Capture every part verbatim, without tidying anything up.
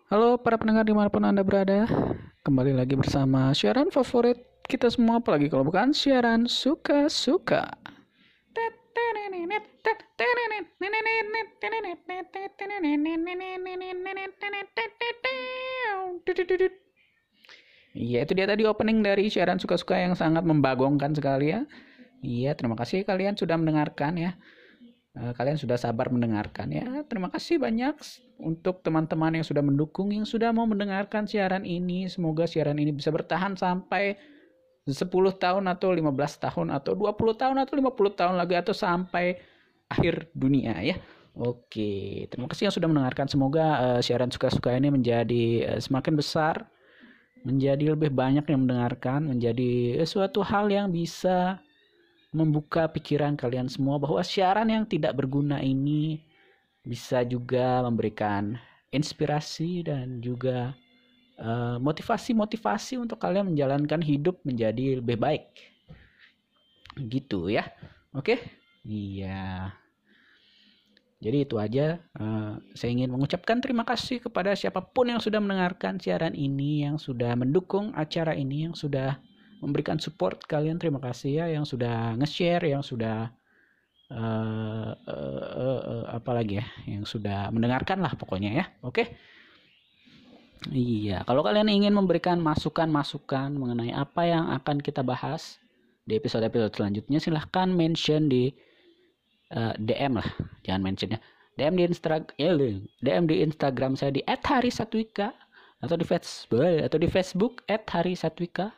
Halo para pendengar dimanapun Anda berada. Kembali lagi bersama siaran favorit kita semua, apalagi kalau bukan siaran suka-suka. Iya, itu dia tadi opening dari siaran suka-suka yang sangat membagongkan sekali ya. Iya, terima kasih kalian sudah mendengarkan ya. Eh, kalian sudah sabar mendengarkan ya. Terima kasih banyak untuk teman-teman yang sudah mendukung, yang sudah mau mendengarkan siaran ini. Semoga siaran ini bisa bertahan sampai sepuluh tahun atau lima belas tahun atau dua puluh tahun atau lima puluh tahun lagi atau sampai akhir dunia ya. Oke, terima kasih yang sudah mendengarkan. Semoga uh, siaran suka-suka ini menjadi uh, semakin besar, menjadi lebih banyak yang mendengarkan, menjadi uh, suatu hal yang bisa membuka pikiran kalian semua bahwa siaran yang tidak berguna ini bisa juga memberikan inspirasi dan juga uh, motivasi-motivasi untuk kalian menjalankan hidup menjadi lebih baik. Gitu ya. Oke? Iya. Jadi itu aja. Uh, saya ingin mengucapkan terima kasih kepada siapapun yang sudah mendengarkan siaran ini, yang sudah mendukung acara ini, yang sudah memberikan support kalian. Terima kasih ya yang sudah nge-share, yang sudah uh, uh, uh, uh, apa lagi ya, yang sudah mendengarkan lah pokoknya ya. Oke. Iya, kalau kalian ingin memberikan masukan-masukan mengenai apa yang akan kita bahas di episode-episode selanjutnya, silahkan mention di uh, D M lah, jangan mentionnya D M di Instagram, ya, D M di Instagram saya di et harisatwika atau di Facebook atau di Facebook et harisatwika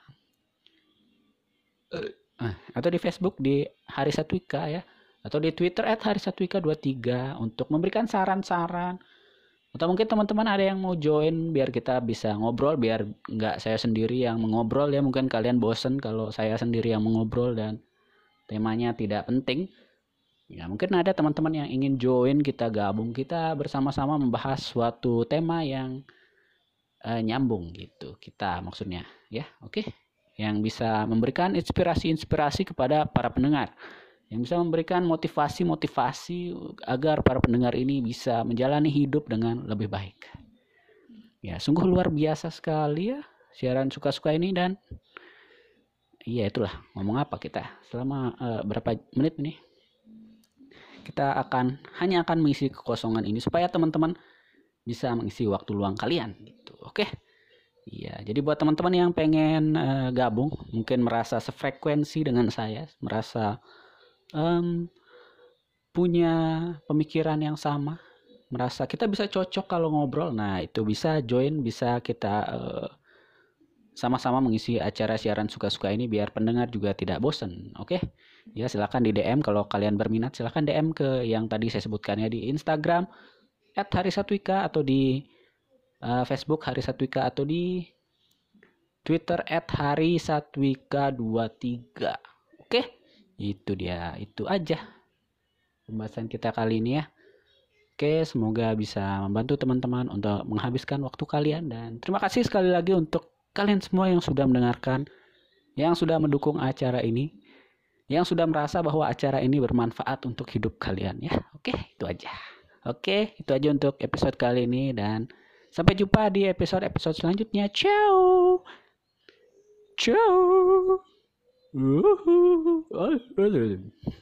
atau di Facebook di Harisatwika ya, atau di Twitter et harisatwika dua puluh tiga untuk memberikan saran-saran, atau mungkin teman-teman ada yang mau join biar kita bisa ngobrol, biar nggak saya sendiri yang mengobrol ya. Mungkin kalian bosen kalau saya sendiri yang mengobrol dan temanya tidak penting ya. Mungkin ada teman-teman yang ingin join, kita gabung, kita bersama-sama membahas suatu tema yang uh, nyambung gitu kita maksudnya ya. Oke, yang bisa memberikan inspirasi-inspirasi kepada para pendengar, yang bisa memberikan motivasi-motivasi agar para pendengar ini bisa menjalani hidup dengan lebih baik. Ya, sungguh luar biasa sekali ya siaran suka-suka ini. Dan iya, itulah, ngomong apa kita selama uh, berapa menit ini. Kita akan hanya akan mengisi kekosongan ini supaya teman-teman bisa mengisi waktu luang kalian gitu. Oke. Iya, jadi buat teman-teman yang pengen uh, gabung, mungkin merasa sefrekuensi dengan saya, merasa um, punya pemikiran yang sama, merasa kita bisa cocok kalau ngobrol, nah itu bisa join, bisa kita uh, sama-sama mengisi acara siaran suka-suka ini biar pendengar juga tidak bosan. Oke, ya silakan di D M kalau kalian berminat, silakan D M ke yang tadi saya sebutkan ya, di Instagram et harisatwika atau di Uh, Facebook Harisatwika atau di Twitter et harisatwika dua puluh tiga. Oke, itu dia, itu aja pembahasan kita kali ini ya. Oke, semoga bisa membantu teman-teman untuk menghabiskan waktu kalian, dan terima kasih sekali lagi untuk kalian semua yang sudah mendengarkan, yang sudah mendukung acara ini, yang sudah merasa bahwa acara ini bermanfaat untuk hidup kalian ya. Oke, itu aja. Oke, itu aja untuk episode kali ini, dan sampai jumpa di episode-episode selanjutnya. Ciao. Ciao.